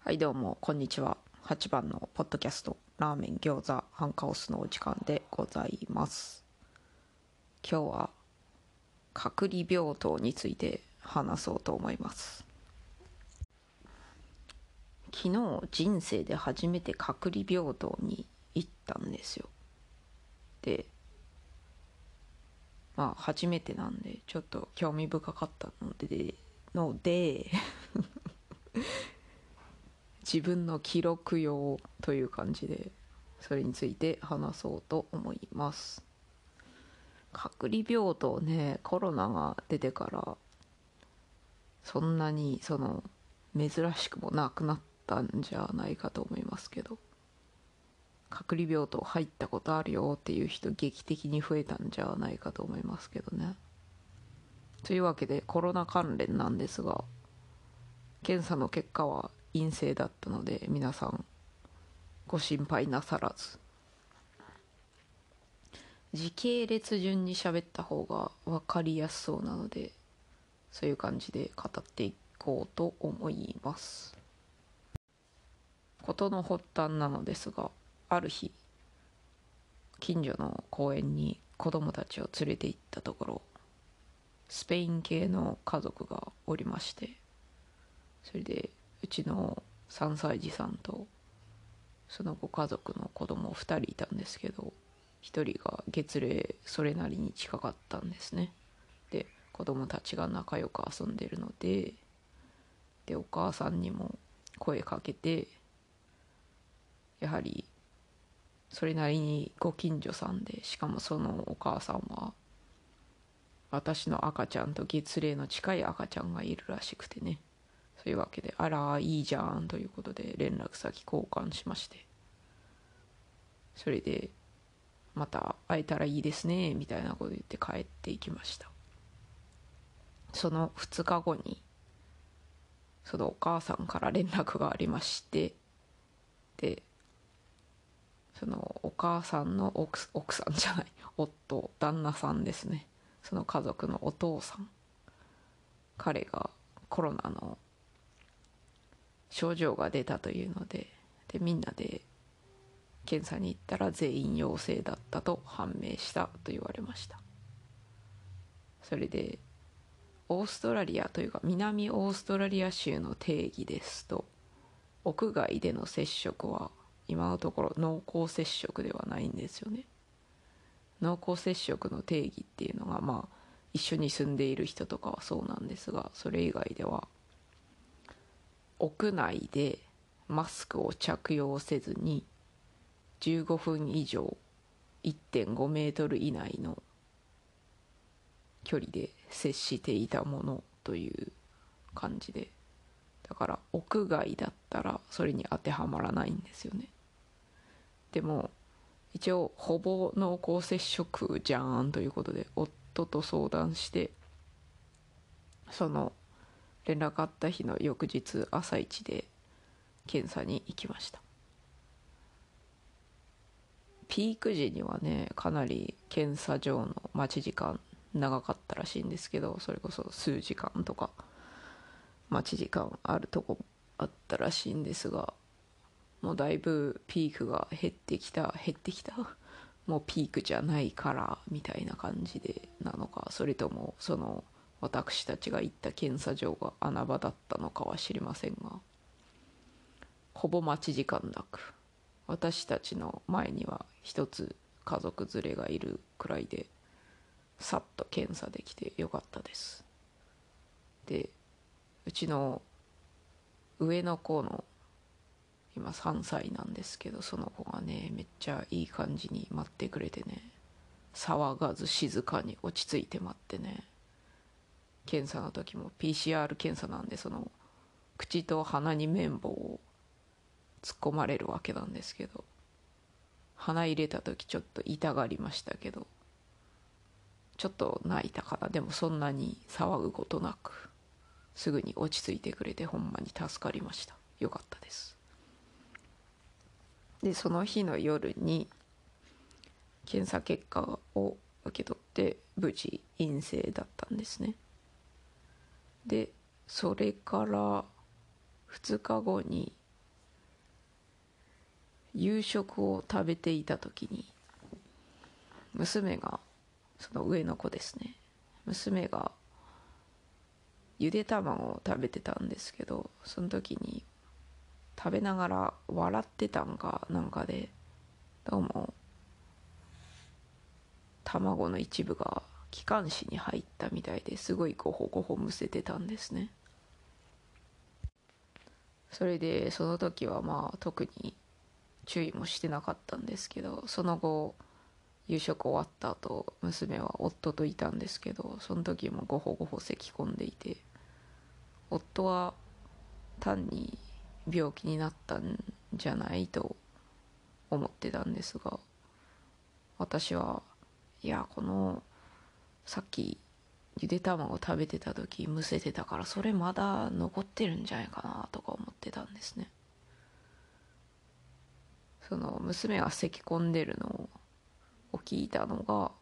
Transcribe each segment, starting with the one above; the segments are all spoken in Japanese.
はいどうもこんにちは。8番のポッドキャストラーメン餃子ハンカオスのお時間でございます。今日は隔離病棟について話そうと思います。昨日人生で初めて隔離病棟に行ったんですよ。で初めてなんでちょっと興味深かったので自分の記録用という感じでそれについて話そうと思います。隔離病棟ね、コロナが出てからそんなに珍しくもなくなったんじゃないかと思いますけど、隔離病棟入ったことあるよっていう人劇的に増えたんじゃないかと思いますけどね。というわけでコロナ関連なんですが、検査の結果は陰性だったので皆さんご心配なさらず。時系列順に喋った方が分かりやすそうなので、そういう感じで語っていこうと思います。事の発端なのですが、ある日近所の公園に子供たちを連れて行ったところ、スペイン系の家族がおりまして、それでうちの3歳児さんとそのご家族の子供2人いたんですけど、1人が月齢それなりに近かったんですね。で子供たちが仲良く遊んでるので、お母さんにも声かけて、やはりそれなりにご近所さんで、しかもそのお母さんは私の赤ちゃんと月齢の近い赤ちゃんがいるらしくてね。そういうわけで、あらいいじゃんということで連絡先交換しまして、それでまた会えたらいいですねみたいなこと言って帰っていきました。その2日後にそのお母さんから連絡がありまして、でそのお母さんの奥さんじゃない、旦那さんですね、その家族のお父さん、彼がコロナの症状が出たというので、みんなで検査に行ったら全員陽性だったと判明したと言われました。それでオーストラリアというか南オーストラリア州の定義ですと、屋外での接触は今のところ濃厚接触ではないんですよね。濃厚接触の定義っていうのが一緒に住んでいる人とかはそうなんですが、それ以外では屋内でマスクを着用せずに15分以上1.5メートル以内の距離で接していたものという感じで、だから屋外だったらそれに当てはまらないんですよね。でも一応ほぼ濃厚接触じゃーんということで夫と相談して、その連絡あった日の翌日朝一で検査に行きました。ピーク時にはね、かなり検査場の待ち時間長かったらしいんですけど、それこそ数時間とか待ち時間あるとこあったらしいんですが、もうだいぶピークが減ってきたもうピークじゃないからみたいな感じでなのか、それともその私たちが行った検査場が穴場だったのかは知りませんが、ほぼ待ち時間なく、私たちの前には一つ家族連れがいるくらいでさっと検査できてよかったです。でうちの上の子の今3歳なんですけど、その子がねめっちゃいい感じに待ってくれてね、騒がず静かに落ち着いて待ってね、検査の時も PCR 検査なんで、その口と鼻に綿棒を突っ込まれるわけなんですけど、鼻入れた時ちょっと痛がりましたけど、ちょっと泣いたかな。でもそんなに騒ぐことなくすぐに落ち着いてくれて、ほんまに助かりました。よかったです。でその日の夜に検査結果を受け取って無事陰性だったんですね。でそれから2日後に夕食を食べていた時に娘が、その上の子ですね、娘がゆで卵を食べてたんですけど、その時に食べながら笑ってたんかなんかで、どうも卵の一部が気管支に入ったみたいですごいゴホゴホむせてたんですね。それでその時はまあ特に注意もしてなかったんですけど、その後夕食終わった後娘は夫といたんですけど、その時もゴホゴホ咳き込んでいて、夫は単に病気になったんじゃないと思ってたんですが、私はいや、このさっきゆで卵食べてた時むせてたから、それまだ残ってるんじゃないかなとか思ってたんですね。その娘が咳き込んでるのを聞いたのが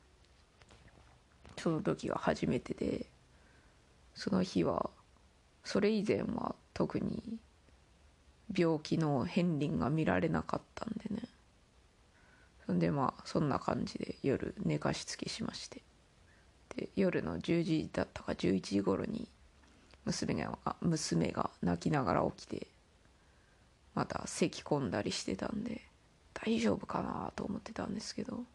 その時が初めてで、その日はそれ以前は特に病気の片鱗が見られなかったんでね。そんでまあそんな感じで夜寝かしつけしまして、で夜の10時だったか11時頃に娘が泣きながら起きて、また咳き込んだりしてたんで大丈夫かなと思ってたんですけど、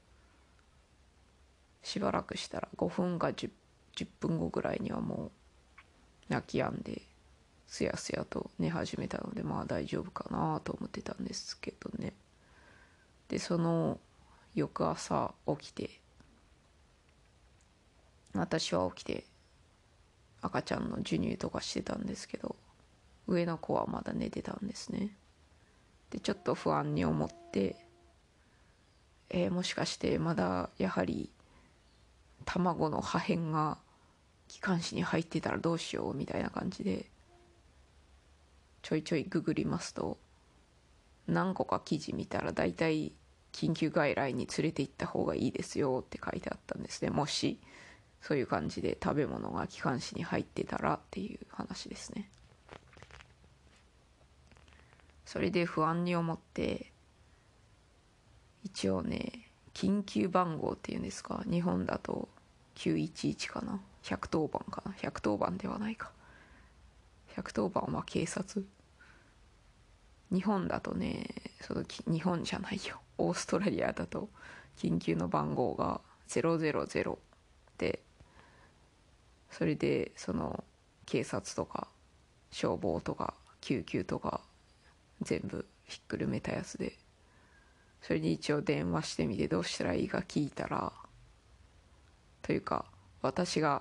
しばらくしたら5分か10分後ぐらいにはもう泣き止んですやすやと寝始めたので、まあ大丈夫かなと思ってたんですけどね。でその翌朝起きて、私は起きて赤ちゃんの授乳とかしてたんですけど、上の子はまだ寝てたんですね。でちょっと不安に思って、もしかしてまだやはり卵の破片が気管支に入ってたらどうしようみたいな感じでちょいちょいググりますと、何個か記事見たら大体緊急外来に連れて行った方がいいですよって書いてあったんですね。もしそういう感じで食べ物が気管支に入ってたらっていう話ですね。それで不安に思って、一応ね、緊急番号っていうんですか、日本だと911かな、110番かな、110番ではないか、110番は警察。日本だとね、日本じゃないよ、オーストラリアだと緊急の番号が000で、それでその警察とか消防とか救急とか全部ひっくるめたやつで、それに一応電話してみてどうしたらいいか聞いたら、というか私が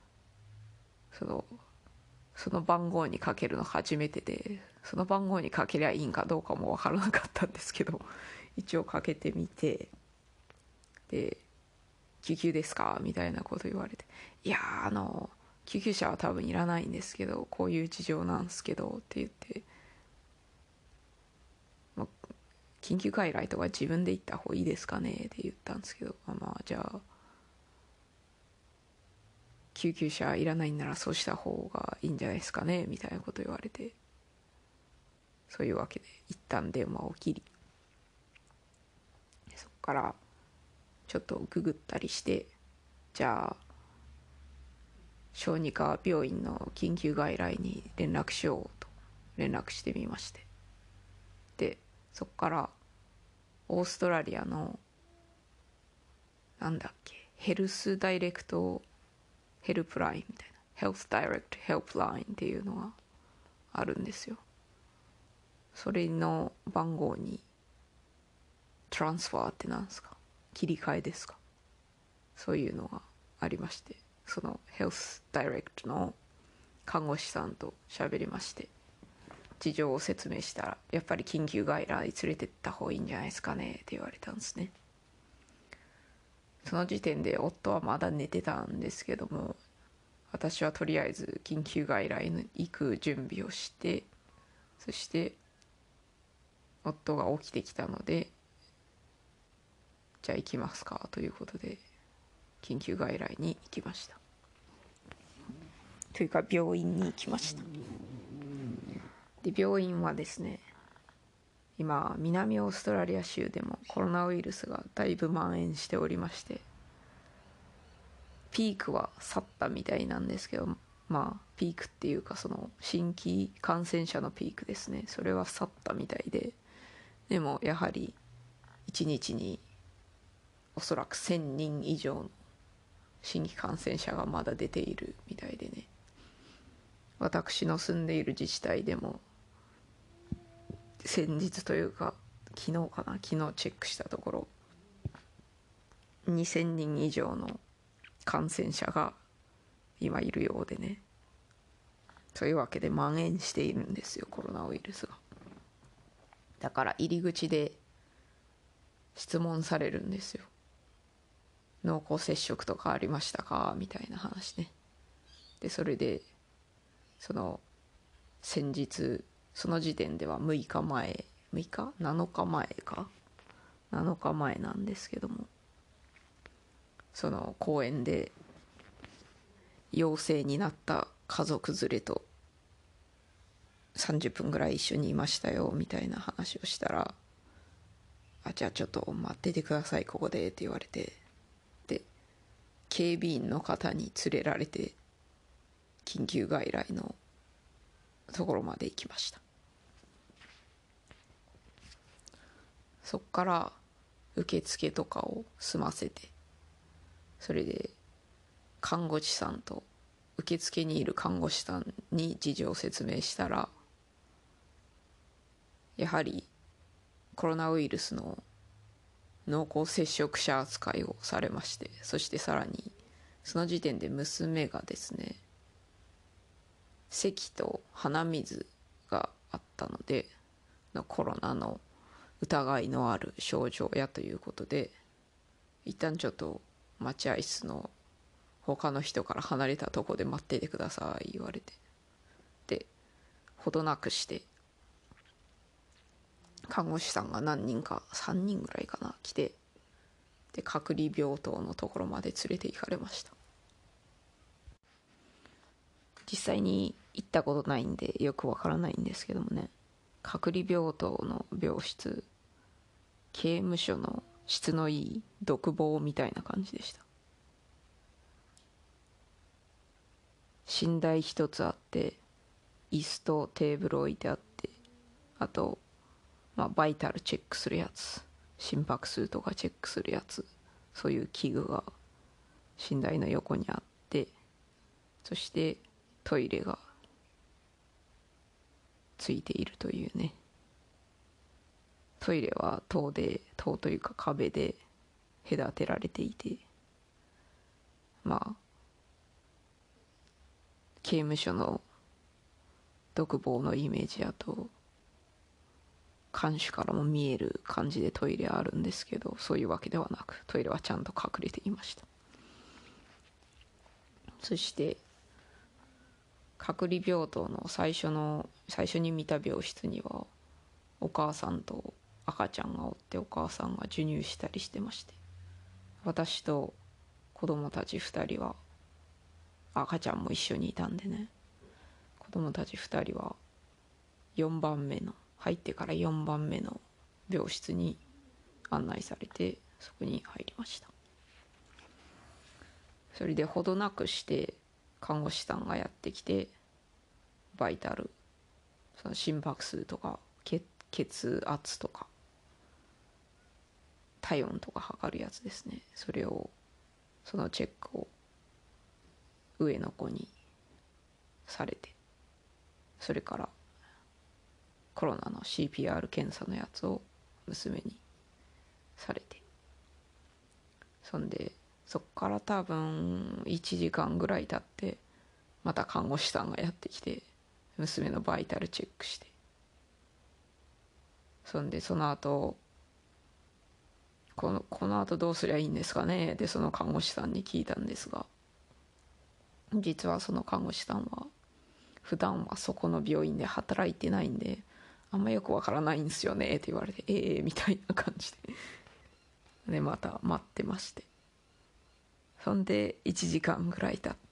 その番号にかけるの初めてで、その番号にかけりゃいいんかどうかも分からなかったんですけど、一応かけてみて、で救急ですかみたいなこと言われて、いや救急車は多分いらないんですけど、こういう事情なんですけどって言って、緊急外来とか自分で行った方がいいですかねって言ったんですけど、まあじゃあ救急車いらないんならそうした方がいいんじゃないですかねみたいなこと言われて、そういうわけで一旦電話を切り、そこからちょっとググったりして、じゃあ小児科病院の緊急外来に連絡しようと連絡してみまして、でそこからオーストラリアのなんだっけ、ヘルスダイレクトヘルプラインみたいな、ヘルスダイレクトヘルプラインっていうのがあるんですよ。それの番号にトランスファーってなんですか、切り替えですか、そういうのがありまして、そのヘルスダイレクトの看護師さんと喋りまして、事情を説明したら、やっぱり緊急外来連れてった方がいいんじゃないですかねって言われたんですね。その時点で夫はまだ寝てたんですけども、私はとりあえず緊急外来に行く準備をして、そして夫が起きてきたので、じゃあ行きますかということで緊急外来に行きました。というか病院に行きました。で病院はですね、 今南オーストラリア州でもコロナウイルスがだいぶ蔓延しておりまして、ピークは去ったみたいなんですけど、まあピークっていうかその新規感染者のピークですね、それは去ったみたいで、でもやはり1日におそらく1000人以上の新規感染者がまだ出ているみたいでね、私の住んでいる自治体でも先日というか昨日かな、昨日チェックしたところ2000人以上の感染者が今いるようでね、そういうわけで蔓延しているんですよ、コロナウイルスが。だから入り口で質問されるんですよ、濃厚接触とかありましたかみたいな話ね。でそれでその先日その時点では6日前6日7日前か7日前なんですけども、その公園で陽性になった家族連れと30分ぐらい一緒にいましたよみたいな話をしたら、じゃあちょっと待っててくださいここでって言われて、で警備員の方に連れられて緊急外来のところまで行きました。そっから受付とかを済ませて、それで看護師さんと受付にいる看護師さんに事情を説明したら、やはりコロナウイルスの濃厚接触者扱いをされまして、そしてさらにその時点で娘がですね、咳と鼻水があったのでコロナの疑いのある症状やということで、一旦ちょっと待合室の他の人から離れたとこで待っててください言われて、でほどなくして看護師さんが何人か3人ぐらいかな来て、で隔離病棟のところまで連れて行かれました。実際に行ったことないんでよくわからないんですけどもね、隔離病棟の病室、刑務所の質のいい独房みたいな感じでした。寝台一つあって、椅子とテーブル置いてあって、あと、バイタルチェックするやつ、心拍数とかチェックするやつ、そういう器具が寝台の横にあって、そしてトイレがついているというね。トイレは塔というか壁で隔てられていて、刑務所の独房のイメージだと看守からも見える感じでトイレあるんですけど、そういうわけではなくトイレはちゃんと隠れていました。そして隔離病棟の最初に見た病室にはお母さんと赤ちゃんがおって、お母さんが授乳したりしてまして、私と子供たち2人は、赤ちゃんも一緒にいたんでね、子供たち2人は入ってから4番目の病室に案内されて、そこに入りました。それでほどなくして看護師さんがやってきて、バイタル、その心拍数とか血圧とか体温とか測るやつですね、そのチェックを上の子にされて、それからコロナの CPR 検査のやつを娘にされて、そんでそっから多分1時間ぐらい経ってまた看護師さんがやってきて娘のバイタルチェックして、そんでその後この後どうすりゃいいんですかねでその看護師さんに聞いたんですが、実はその看護師さんは普段はそこの病院で働いてないんであんまよくわからないんですよねって言われて、みたいな感じでまた待ってまして、そんで1時間ぐらい経って、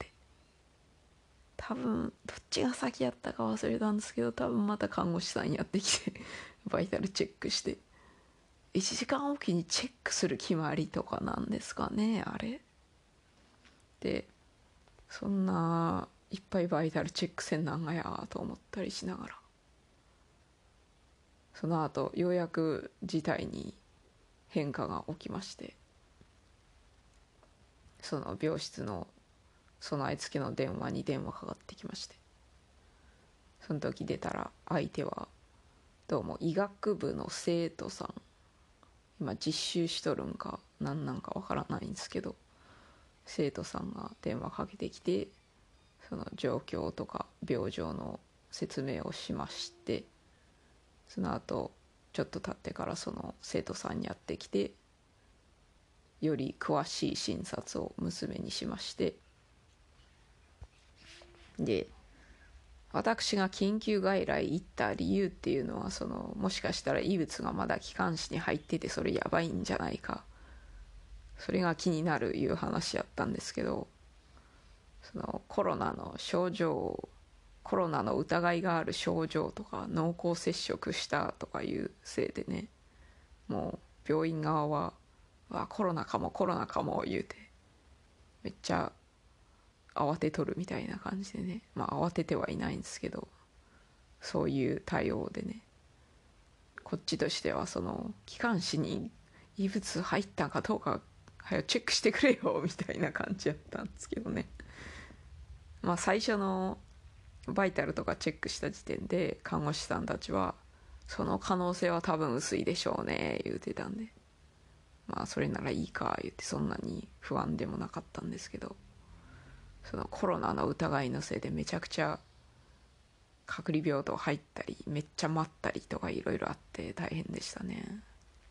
多分どっちが先やったか忘れたんですけど、多分また看護師さんやってきてバイタルチェックして、1時間おきにチェックする決まりとかなんですかね、あれで。そんないっぱいバイタルチェックせんなんがやと思ったりしながら、その後ようやく事態に変化が起きまして、その病室の備え付けの電話に電話かかってきまして、その時出たら相手はどうも医学部の生徒さん、今実習しとるんか何なんかわからないんですけど、生徒さんが電話かけてきて、その状況とか病状の説明をしまして、その後ちょっと経ってからその生徒さんにやってきて、より詳しい診察を娘にしまして、で私が緊急外来行った理由っていうのは、そのもしかしたら異物がまだ気管支に入っててそれやばいんじゃないか、それが気になるいう話やったんですけど、そのコロナの症状、コロナの疑いがある症状とか濃厚接触したとかいうせいでね、もう病院側はコロナかもコロナかも言うてめっちゃ慌てとるみたいな感じでね、まあ慌ててはいないんですけど、そういう対応でね、こっちとしてはその気管支に異物入ったかどうか早くチェックしてくれよみたいな感じやったんですけどね。まあ最初のバイタルとかチェックした時点で看護師さんたちはその可能性は多分薄いでしょうね言うてたんで、まあそれならいいか言ってそんなに不安でもなかったんですけど、そのコロナの疑いのせいでめちゃくちゃ隔離病棟入ったりめっちゃ待ったりとかいろいろあって大変でしたね。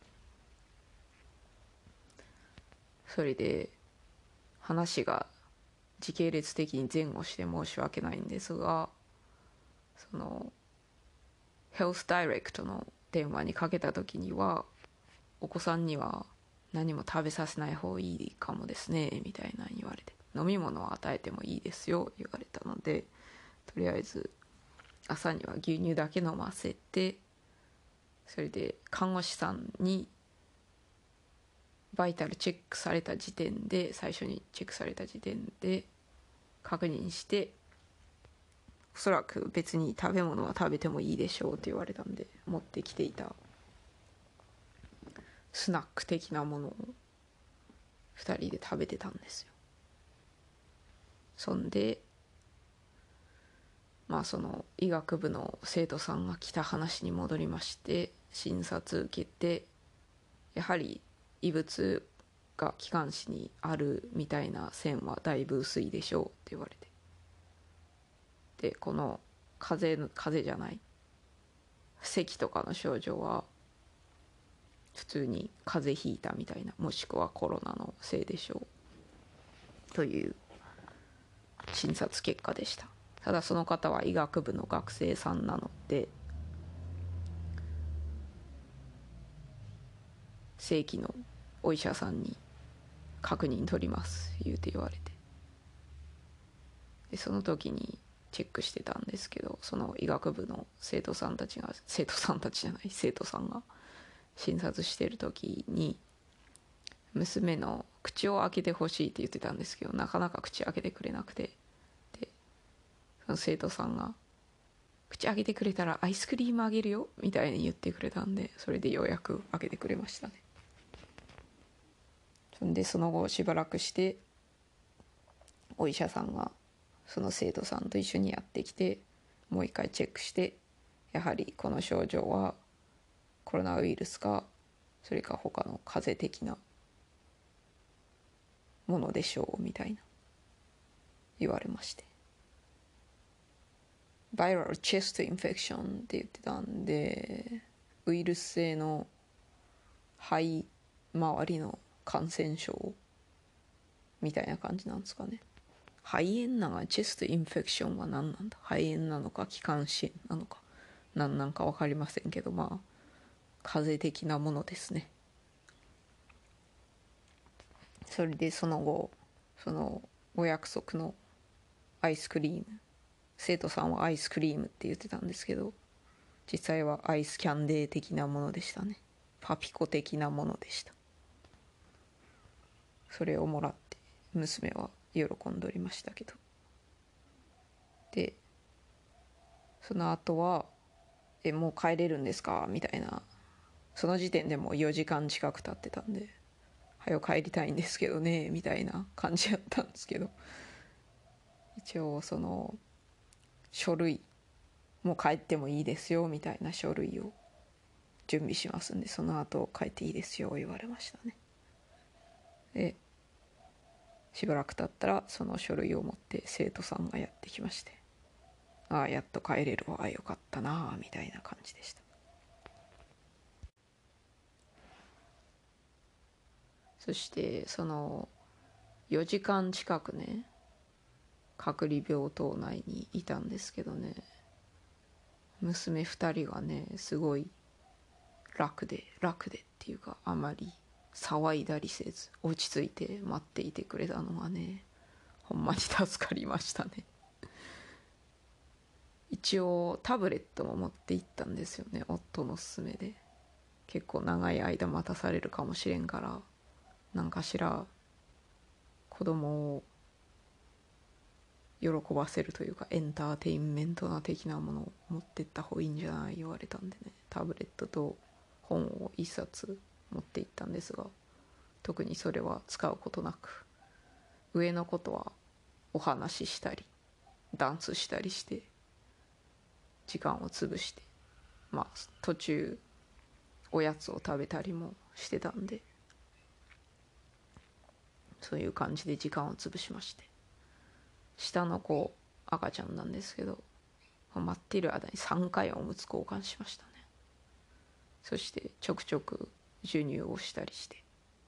それで話が時系列的に前後して申し訳ないんですが、そのヘルスダイレクトの電話にかけた時には、お子さんには何も食べさせない方がいいかもですねみたいな言われて、飲み物を与えてもいいですよ言われたので、とりあえず朝には牛乳だけ飲ませて、それで看護師さんにバイタルチェックされた時点で、最初にチェックされた時点で確認して、おそらく別に食べ物は食べてもいいでしょうって言われたんで、持ってきていたスナック的なものを2人で食べてたんですよ。そんでまあその医学部の生徒さんが来た話に戻りまして、診察受けて、やはり異物が気管支にあるみたいな線はだいぶ薄いでしょうって言われて、でこの風邪じゃない咳とかの症状は普通に風邪ひいたみたいな、もしくはコロナのせいでしょうという診察結果でした。ただその方は医学部の学生さんなので、正規のお医者さんに確認取ります言うて言われて、でその時にチェックしてたんですけど、その医学部の生徒さんたちが、生徒さんたちじゃない、生徒さんが診察してる時に、娘の口を開けてほしいって言ってたんですけど、なかなか口開けてくれなくて、でその生徒さんが口開けてくれたらアイスクリームあげるよみたいに言ってくれたんで、それでようやく開けてくれましたね。そんでその後しばらくしてお医者さんがその生徒さんと一緒にやってきて、もう一回チェックして、やはりこの症状はコロナウイルスかそれか他の風邪的なものでしょうみたいな言われまして、バイラルチェストインフェクションって言ってたんで、ウイルス性の肺周りの感染症みたいな感じなんですかね。肺炎なのかチェストインフェクションは何なんだ、肺炎なのか気管支炎なのか何なんか分かりませんけど、まあ風邪的なものですね。それでその後、そのお約束のアイスクリーム、生徒さんはアイスクリームって言ってたんですけど、 実際はアイスキャンデー的なものでしたね。パピコ的なものでした。それをもらって娘は喜んでおりましたけど、でその後はもう帰れるんですかみたいな、その時点でもう4時間近く経ってたんで、はよ帰りたいんですけどねみたいな感じだったんですけど、一応その書類、もう帰ってもいいですよみたいな書類を準備しますんで、その後帰っていいですよ言われましたね。でしばらく経ったらその書類を持って生徒さんがやってきまして、ああやっと帰れるわ、よかったなみたいな感じでした。そしてその4時間近くね、隔離病棟内にいたんですけどね、娘2人がねすごい楽でっていうか、あまり騒いだりせず落ち着いて待っていてくれたのがね、ほんまに助かりましたね。一応タブレットも持って行ったんですよね、夫の勧めで。結構長い間待たされるかもしれんから、何かしら子供を喜ばせるというかエンターテインメントな的なものを持ってった方がいいんじゃない言われたんでね、タブレットと本を一冊持って行ったんですが、特にそれは使うことなく、上の子とはお話ししたりダンスしたりして時間を潰して、まあ途中おやつを食べたりもしてたんで、そういう感じで時間を潰しまして、下の子赤ちゃんなんですけど、待っている間に3回おむつ交換しましたね。そしてちょくちょく授乳をしたりして、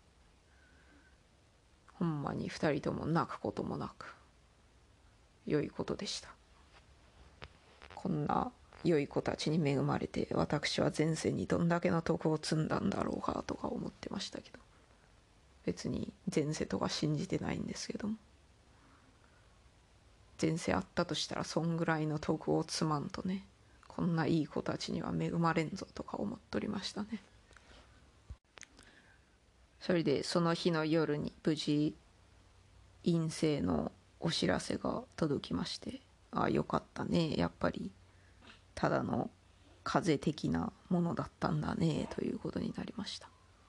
ほんまに2人とも泣くこともなく良いことでした。こんな良い子たちに恵まれて、私は前世にどんだけの徳を積んだんだろうかとか思ってましたけど、別に前世とか信じてないんですけども、前世あったとしたらそんぐらいの徳を積まんとね、こんないい子たちには恵まれんぞとか思っとりましたね。それでその日の夜に無事陰性のお知らせが届きまして、ああよかったね、やっぱりただの風邪的なものだったんだねということになりました。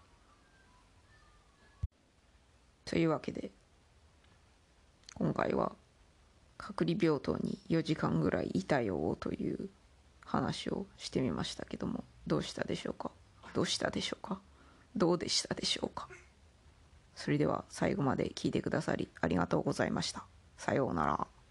というわけで今回は隔離病棟に4時間ぐらいいたよという話をしてみましたけども、どうしたでしょうか、どうしたでしょうか、どうでしたでしょうか。それでは最後まで聞いてくださりありがとうございました。さようなら。